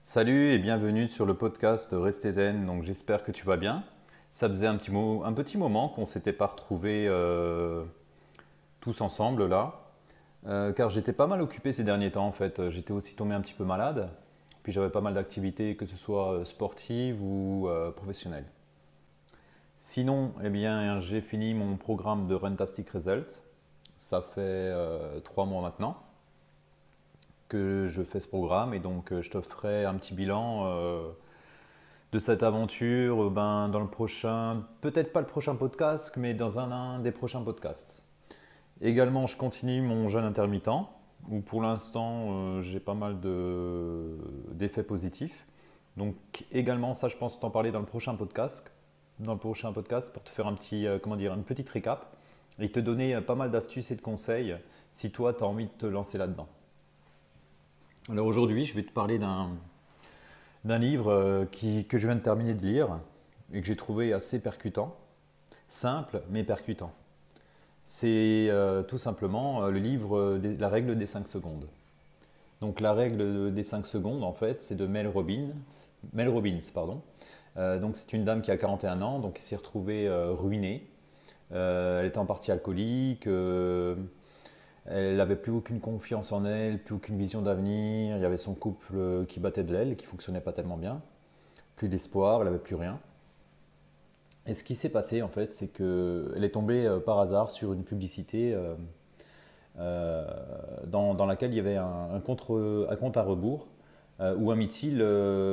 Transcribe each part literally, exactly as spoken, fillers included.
Salut et bienvenue sur le podcast Restez Zen. Donc j'espère que tu vas bien. Ça faisait un petit, mo- un petit moment qu'on ne s'était pas retrouvés euh, tous ensemble là, Euh, car j'étais pas mal occupé ces derniers temps en fait. J'étais aussi tombé un petit peu malade, puis j'avais pas mal d'activités, que ce soit euh, sportives ou euh, professionnelles. Sinon, eh bien, j'ai fini mon programme de Runtastic Results. Ça fait euh, trois mois maintenant que je fais ce programme et donc euh, je te ferai un petit bilan euh, de cette aventure euh, ben, dans le prochain, peut-être pas le prochain podcast, mais dans un, un des prochains podcasts. Également, je continue mon jeûne intermittent, où pour l'instant, euh, j'ai pas mal de, d'effets positifs. Donc également, ça, je pense t'en parler dans le prochain podcast, dans le prochain podcast pour te faire un petit, euh, comment dire, une petite récap et te donner euh, pas mal d'astuces et de conseils si toi, tu as envie de te lancer là-dedans. Alors aujourd'hui, je vais te parler d'un, d'un livre euh, qui, que je viens de terminer de lire et que j'ai trouvé assez percutant, simple mais percutant. C'est euh, tout simplement euh, le livre euh, des- La règle des cinq secondes. Donc la règle des cinq secondes, en fait, c'est de Mel Robbins. Mel Robbins, pardon. Euh, donc c'est une dame qui a quarante et un ans, donc qui s'est retrouvée euh, ruinée. Euh, elle était en partie alcoolique, euh, elle n'avait plus aucune confiance en elle, plus aucune vision d'avenir. Il y avait son couple euh, qui battait de l'aile, qui fonctionnait pas tellement bien. Plus d'espoir, elle n'avait plus rien. Et ce qui s'est passé, en fait, c'est qu'elle est tombée euh, par hasard sur une publicité euh, euh, dans, dans laquelle il y avait un, un contre- un compte à rebours euh, ou un missile euh,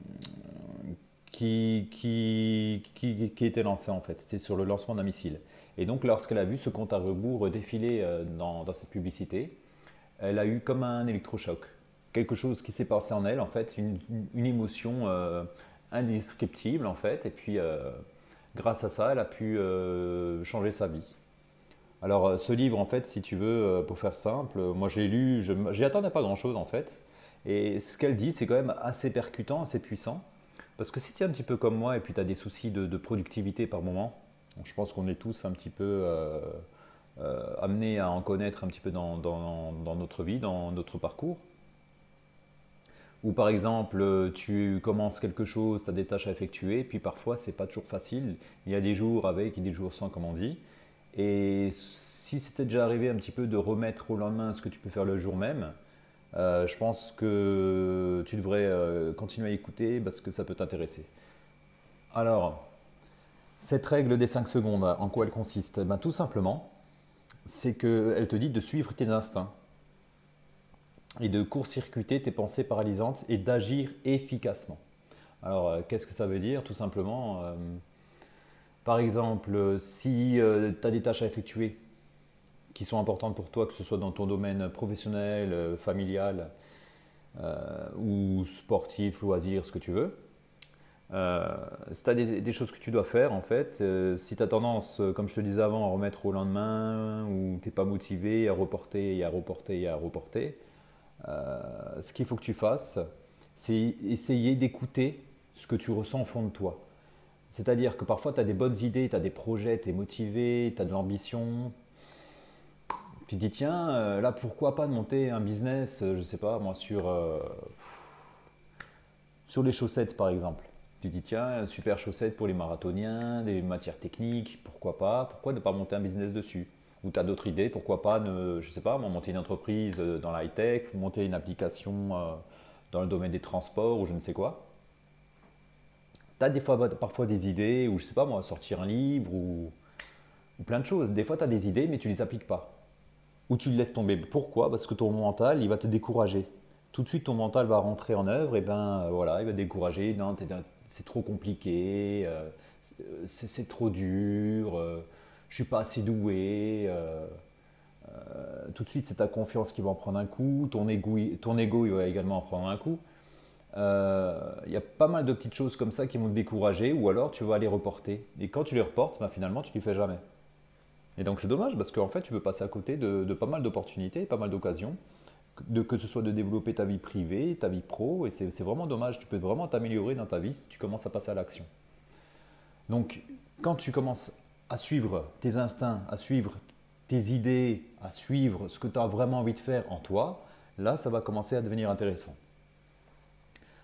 qui, qui, qui, qui était lancé, en fait. C'était sur le lancement d'un missile. Et donc, lorsqu'elle a vu ce compte à rebours défiler euh, dans, dans cette publicité, elle a eu comme un électrochoc. Quelque chose qui s'est passé en elle, en fait, une, une émotion euh, indescriptible, en fait. Et puis, euh, grâce à ça, elle a pu euh, changer sa vie. Alors, euh, ce livre, en fait, si tu veux, euh, pour faire simple, euh, moi j'ai lu, je m- j'y attendais pas grand-chose, en fait. Et ce qu'elle dit, c'est quand même assez percutant, assez puissant. Parce que si tu es un petit peu comme moi et puis tu as des soucis de, de productivité par moment, donc je pense qu'on est tous un petit peu euh, euh, amenés à en connaître un petit peu dans, dans- dans notre vie, dans notre parcours. Ou par exemple, euh, tu commences quelque chose, tu as des tâches à effectuer, puis parfois c'est pas toujours facile. Il y a des jours avec et des jours sans, comme on dit. Et si c'était déjà arrivé un petit peu de remettre au lendemain ce que tu peux faire le jour même, euh, je pense que tu devrais euh, continuer à écouter parce que ça peut t'intéresser. Alors, cette règle des cinq secondes, en quoi elle consiste? Ben, tout simplement, c'est qu'elle te dit de suivre tes instincts et de court-circuiter tes pensées paralysantes et d'agir efficacement. Alors, euh, qu'est-ce que ça veut dire? Tout simplement, euh, par exemple, euh, si tu as des tâches à effectuer qui sont importantes pour toi, que ce soit dans ton domaine professionnel, euh, familial euh, ou sportif, loisir, ce que tu veux, euh, si tu as des, des choses que tu dois faire, en fait, euh, si tu as tendance, euh, comme je te disais avant, à remettre au lendemain ou tu n'es pas motivé à reporter et à reporter et à reporter, euh, ce qu'il faut que tu fasses, c'est essayer d'écouter ce que tu ressens au fond de toi. C'est-à-dire que parfois tu as des bonnes idées, tu as des projets, tu es motivé, tu as de l'ambition. Tu te dis, tiens, euh, là pourquoi pas de monter un business, euh, je sais pas, moi, sur, euh, sur les chaussettes par exemple. Tu te dis, tiens, super chaussettes pour les marathoniens, des matières techniques, pourquoi pas, pourquoi ne pas monter un business dessus? Ou tu as d'autres idées, pourquoi pas, ne, je sais pas, moi, monter une entreprise euh, dans la high-tech, monter une application euh, dans le domaine des transports ou je ne sais quoi. Tu as des fois, parfois des idées, ou je sais pas moi, sortir un livre ou, ou plein de choses. Des fois tu as des idées mais tu ne les appliques pas. Ou tu le laisses tomber. Pourquoi? Parce que ton mental, il va te décourager. Tout de suite, ton mental va rentrer en œuvre, et ben euh, voilà, il va te décourager. Non, c'est trop compliqué, euh, c'est c'est trop dur, euh, je suis pas assez doué. euh, euh, tout de suite, c'est ta confiance qui va en prendre un coup, ton ego, ton ego il va également en prendre un coup. Euh, Il y a pas mal de petites choses comme ça qui vont te décourager, ou alors tu vas les reporter. Et quand tu les reportes, ben, finalement, tu ne les fais jamais. Et donc c'est dommage parce qu'en fait, tu peux passer à côté de, de pas mal d'opportunités, pas mal d'occasions, de, que ce soit de développer ta vie privée, ta vie pro, et c'est c'est vraiment dommage. Tu peux vraiment t'améliorer dans ta vie si tu commences à passer à l'action. Donc quand tu commences à suivre tes instincts, à suivre tes idées, à suivre ce que tu as vraiment envie de faire en toi, là, ça va commencer à devenir intéressant.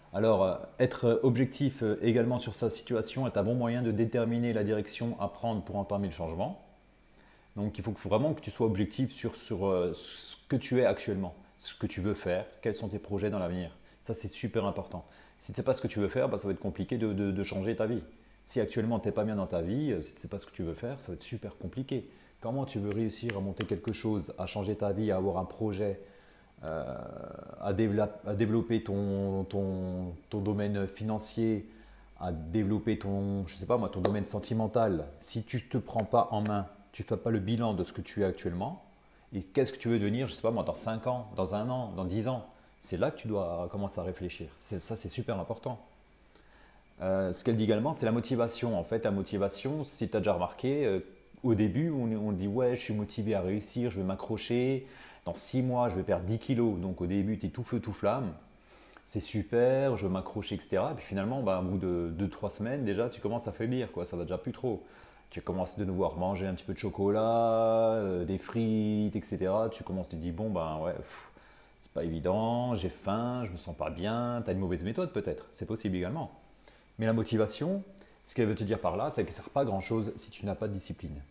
Alors, euh, être objectif euh, également sur sa situation est un bon moyen de déterminer la direction à prendre pour entamer le changement. Donc, il faut que- faut vraiment que tu sois objectif sur, sur euh, ce que tu es actuellement, ce que tu veux faire, quels sont tes projets dans l'avenir. Ça, c'est super important. Si tu ne sais pas ce que tu veux faire, bah, ça va être compliqué de, de- de changer ta vie. Si actuellement tu n'es pas bien dans ta vie, euh, si tu ne sais pas ce que tu veux faire, ça va être super compliqué. Comment tu veux réussir à monter quelque chose, à changer ta vie, à avoir un projet, euh, à, dévelop- à développer ton, ton, ton domaine financier, à développer ton, je sais pas moi, ton domaine sentimental, si tu ne te prends pas en main, tu ne fais pas le bilan de ce que tu es actuellement, et qu'est-ce que tu veux devenir, je sais pas moi, dans cinq ans, dans un an, dans dix ans, c'est là que tu dois commencer à réfléchir. C'est- Ça, c'est super important. Euh, ce qu'elle dit également, c'est la motivation. En fait, la motivation, si tu as déjà remarqué, euh, au début, on, on dit ouais, je suis motivé à réussir, je vais m'accrocher. Dans six mois, je vais perdre dix kilos. Donc au début, tu es tout feu, tout flamme. C'est super, je veux m'accrocher, et cetera. Et puis finalement, bah, au bout de deux trois semaines, déjà, tu commences à faiblir, quoi. Ça va déjà plus trop. Tu commences de nouveau à manger un petit peu de chocolat, euh, des frites, et cetera. Tu commences, tu te dis, bon, ben ouais, pff, c'est pas évident, j'ai faim, je me sens pas bien. Tu as une mauvaise méthode peut-être, c'est possible également. Mais la motivation, ce qu'elle veut te dire par là, c'est qu'elle ne sert pas à grand-chose si tu n'as pas de discipline.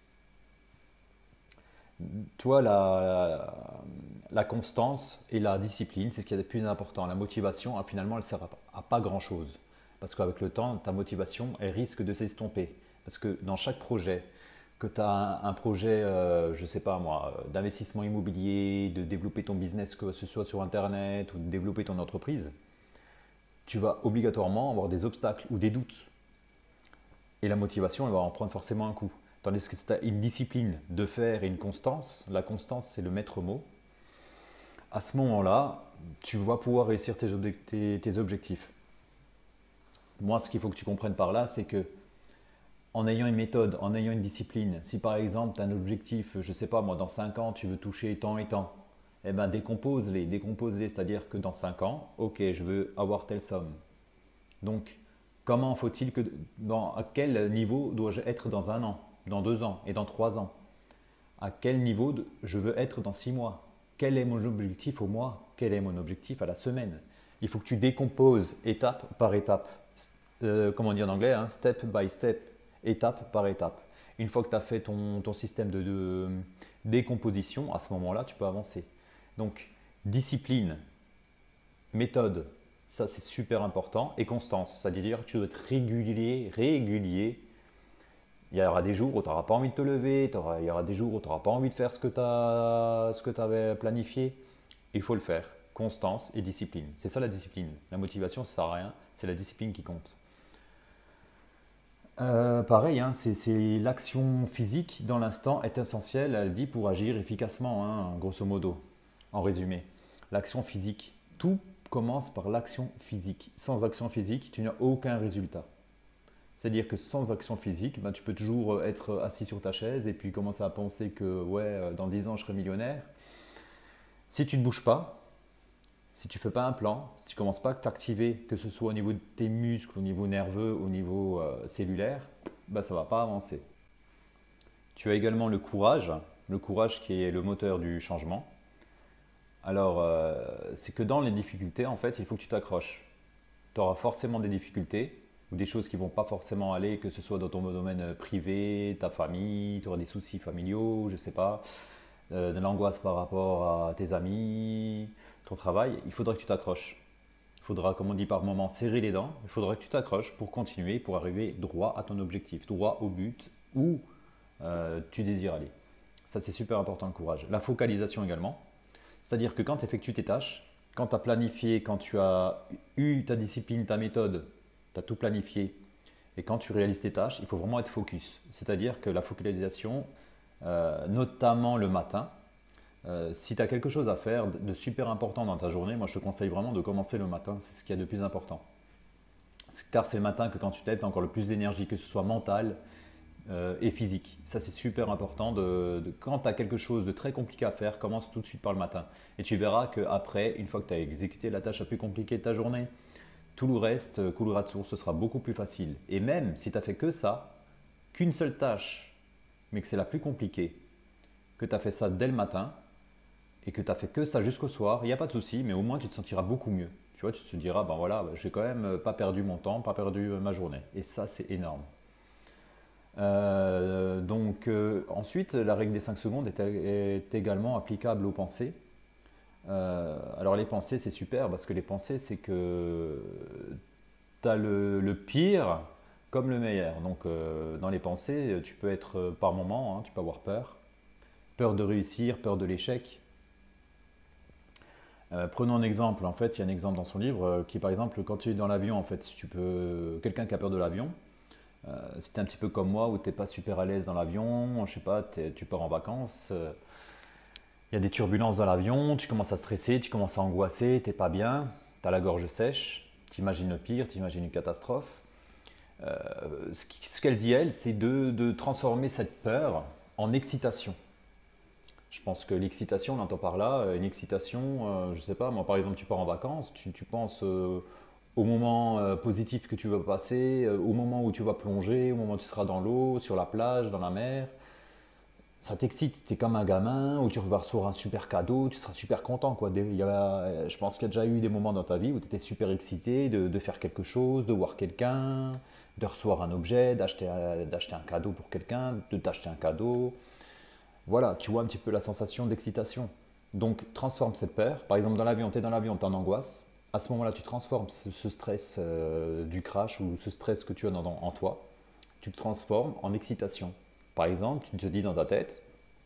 Toi, la, la, la constance et la discipline, c'est ce qui est le plus important. La motivation, ah, finalement, elle ne sert à, à pas grand-chose. Parce qu'avec le temps, ta motivation, elle risque de s'estomper. Parce que dans chaque projet, que tu as un, un projet, euh, je ne sais pas moi, euh, d'investissement immobilier, de développer ton business, que ce soit sur Internet ou de développer ton entreprise, tu vas obligatoirement avoir des obstacles ou des doutes. Et la motivation, elle va en prendre forcément un coup. Tandis que si tu as une discipline de faire et une constance, la constance, c'est le maître mot. À ce moment-là, tu vas pouvoir réussir tes, objectifs. tes- tes objectifs. Moi, ce qu'il faut que tu comprennes par là, c'est que en ayant une méthode, en ayant une discipline, si par exemple tu as un objectif, je ne sais pas moi, dans cinq ans, tu veux toucher tant et tant, eh ben décompose-les, décompose-les, c'est-à-dire que dans cinq ans, ok, je veux avoir telle somme. Donc, comment faut-il que, dans, à quel niveau dois-je être dans un an, dans deux ans et dans trois ans? À quel niveau de- je veux être dans six mois? Quel est mon objectif au mois? Quel est mon objectif à la semaine? Il faut que tu décomposes étape par étape. Euh, comment on dit en anglais, hein, step by step, étape par étape. Une fois que tu as fait ton, ton système de, de décomposition, à ce moment-là, tu peux avancer. Donc, discipline, méthode, ça c'est super important. Et constance, c'est-à-dire que tu dois être régulier, régulier. Il y aura des jours où tu n'auras pas envie de te lever, il y aura des jours où tu n'auras pas envie de faire ce que tu ce que avais planifié. Il faut le faire. Constance et discipline. C'est ça la discipline. La motivation, ça ne sert à rien, c'est la discipline qui compte. Euh, pareil, hein, c'est c'est l'action physique dans l'instant est essentielle, elle dit, pour agir efficacement, hein, grosso modo, en résumé. L'action physique, tout commence par l'action physique. Sans action physique, tu n'as aucun résultat. C'est-à-dire que sans action physique, ben, tu peux toujours être assis sur ta chaise et puis commencer à penser que ouais, dans dix ans, je serai millionnaire. Si tu ne bouges pas, si tu ne fais pas un plan, si tu ne commences pas à t'activer, que ce soit au niveau de tes muscles, au niveau nerveux, au niveau euh, cellulaire, ben, ça ne va pas avancer. Tu as également le courage, le courage qui est le moteur du changement. Alors, euh, c'est que dans les difficultés, en fait, il faut que tu t'accroches. Tu auras forcément des difficultés ou des choses qui ne vont pas forcément aller, que ce soit dans ton domaine privé, ta famille, tu auras des soucis familiaux, je ne sais pas, euh, de l'angoisse par rapport à tes amis, ton travail. Il faudra que tu t'accroches. Il faudra, comme on dit par moment, serrer les dents. Il faudra que tu t'accroches pour continuer, pour arriver droit à ton objectif, droit au but où euh, tu désires aller. Ça, c'est super important, le courage. La focalisation également. C'est-à-dire que quand tu effectues tes tâches, quand tu as planifié, quand tu as eu ta discipline, ta méthode, tu as tout planifié, et quand tu réalises tes tâches, il faut vraiment être focus. C'est-à-dire que la focalisation, euh, notamment le matin, euh, si tu as quelque chose à faire de super important dans ta journée, moi je te conseille vraiment de commencer le matin, c'est ce qu'il y a de plus important. Car c'est le matin que quand tu t'aides, tu as encore le plus d'énergie, que ce soit mentale, euh, et physique. Ça, c'est super important. De, de- quand tu as quelque chose de très compliqué à faire, commence tout de suite par le matin. Et tu verras qu'après, une fois que tu as exécuté la tâche la plus compliquée de ta journée, tout le reste euh, coulera de source, ce sera beaucoup plus facile. Et même si tu as fait que ça, qu'une seule tâche, mais que c'est la plus compliquée, que tu as fait ça dès le matin et que tu as fait que ça jusqu'au soir, il n'y a pas de souci, mais au moins tu te sentiras beaucoup mieux. Tu vois, tu te diras, ben voilà, j'ai quand même pas perdu mon temps, pas perdu ma journée. Et ça, c'est énorme. Euh, donc euh, ensuite, la règle des cinq secondes est, est également applicable aux pensées. Euh, alors les pensées, c'est super parce que les pensées, c'est que tu as le, le pire comme le meilleur. Donc euh, dans les pensées, tu peux être euh, par moment, hein, tu peux avoir peur. Peur de réussir, peur de l'échec. Euh, prenons un exemple, en fait, il y a un exemple dans son livre euh, qui est par exemple quand tu es dans l'avion, en fait, si tu peux, quelqu'un qui a peur de l'avion, euh, si tu es un petit peu comme moi où tu n'es pas super à l'aise dans l'avion, je sais pas, t'es- tu pars en vacances, euh, il y a des turbulences dans l'avion, tu commences à stresser, tu commences à angoisser, t'es pas bien, tu as la gorge sèche, tu imagines le pire, tu imagines une catastrophe. Euh, ce qui- ce qu'elle dit, elle, c'est de, de transformer cette peur en excitation. Je pense que l'excitation, on entend par là, euh, une excitation, euh, je sais pas, moi par exemple, tu pars en vacances, tu, tu penses euh, au moment euh, positif que tu vas passer, euh, au moment où tu vas plonger, au moment où tu seras dans l'eau, sur la plage, dans la mer. Ça t'excite, tu es comme un gamin où tu vas recevoir un super cadeau, tu seras super content. Quoi. Des- il y a- je pense qu'il y a déjà eu des moments dans ta vie où tu étais super excité de, de faire quelque chose, de voir quelqu'un, de recevoir un objet, d'acheter euh, d'acheter un cadeau pour quelqu'un, de t'acheter un cadeau. Voilà, tu vois un petit peu la sensation d'excitation. Donc transforme cette peur. Par exemple, dans l'avion, tu es dans l'avion, tu es en angoisse. À ce moment-là, tu transformes ce, ce stress euh, du crash ou ce stress que tu as dans- en toi, tu le transformes en excitation. Par exemple, tu te dis dans ta tête,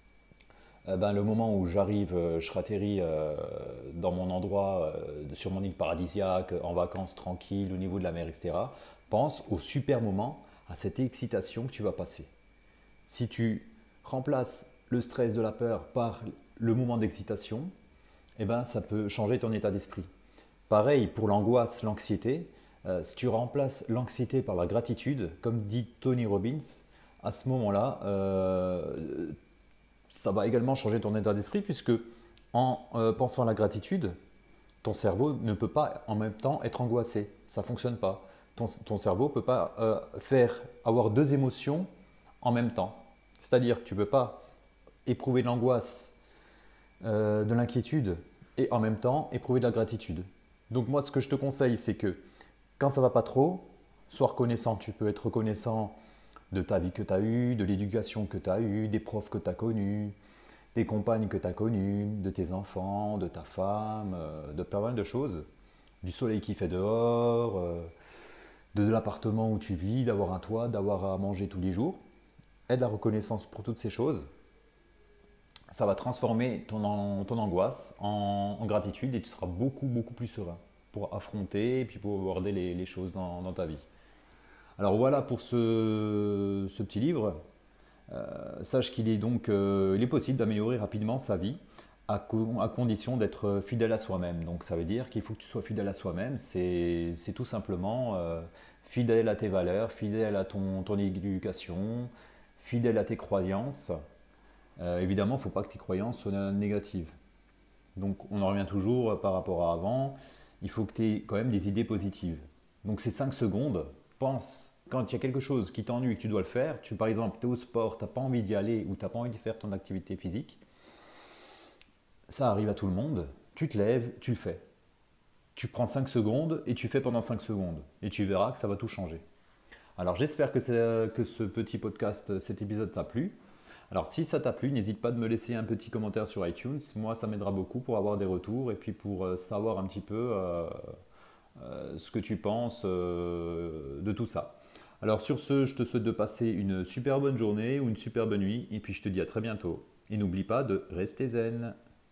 eh ben, le moment où j'arrive, euh, je ratterris euh, dans mon endroit, euh, sur mon île paradisiaque, en vacances tranquille, au niveau de la mer, et cetera. Pense au super moment, à cette excitation que tu vas passer. Si tu remplaces le stress de la peur par le moment d'excitation, eh ben, ça peut changer ton état d'esprit. Pareil pour l'angoisse, l'anxiété. Euh, si tu remplaces l'anxiété par la gratitude, comme dit Tony Robbins, à ce moment-là, euh, ça va également changer ton état d'esprit puisque en euh, pensant à la gratitude, ton cerveau ne peut pas en même temps être angoissé. Ça ne fonctionne pas. Ton, ton cerveau ne peut pas euh, faire avoir deux émotions en même temps. C'est-à-dire que tu ne peux pas éprouver de l'angoisse, euh, de l'inquiétude et en même temps éprouver de la gratitude. Donc moi, ce que je te conseille, c'est que quand ça va pas trop, sois reconnaissant. Tu peux être reconnaissant de ta vie que tu as eue, de l'éducation que tu as eue, des profs que tu as connus, des compagnes que tu as connues, de tes enfants, de ta femme, euh, de pas mal de choses. Du soleil qui fait dehors, euh, de l'appartement où tu vis, d'avoir un toit, d'avoir à manger tous les jours. Aide la reconnaissance pour toutes ces choses. Ça va transformer ton, an- ton angoisse en, en gratitude et tu seras beaucoup, beaucoup plus serein pour affronter et puis pour aborder les, les choses dans, dans ta vie. Alors voilà pour ce, ce petit livre. Euh, sache qu'il est donc euh, il est possible d'améliorer rapidement sa vie à, co- à condition d'être fidèle à soi-même. Donc ça veut dire qu'il faut que tu sois fidèle à soi-même. C'est c'est tout simplement euh, fidèle à tes valeurs, fidèle à ton, ton éducation, fidèle à tes croyances. Euh, évidemment, il ne faut pas que tes croyances soient négatives. Donc on en revient toujours par rapport à avant. Il faut que tu aies quand même des idées positives. Donc ces cinq secondes, pense, quand il y a quelque chose qui t'ennuie et que tu dois le faire, tu par exemple, tu es au sport, tu n'as pas envie d'y aller ou tu n'as pas envie de faire ton activité physique, ça arrive à tout le monde, tu te lèves, tu le fais. Tu prends cinq secondes et tu fais pendant cinq secondes. Et tu verras que ça va tout changer. Alors j'espère que, c'est- que ce petit podcast, cet épisode t'a plu. Alors si ça t'a plu, n'hésite pas de me laisser un petit commentaire sur iTunes. Moi, ça m'aidera beaucoup pour avoir des retours et puis pour euh, savoir un petit peu euh, euh, ce que tu penses euh, de tout ça. Alors sur ce, je te souhaite de passer une super bonne journée ou une super bonne nuit et puis je te dis à très bientôt. Et n'oublie pas de rester zen.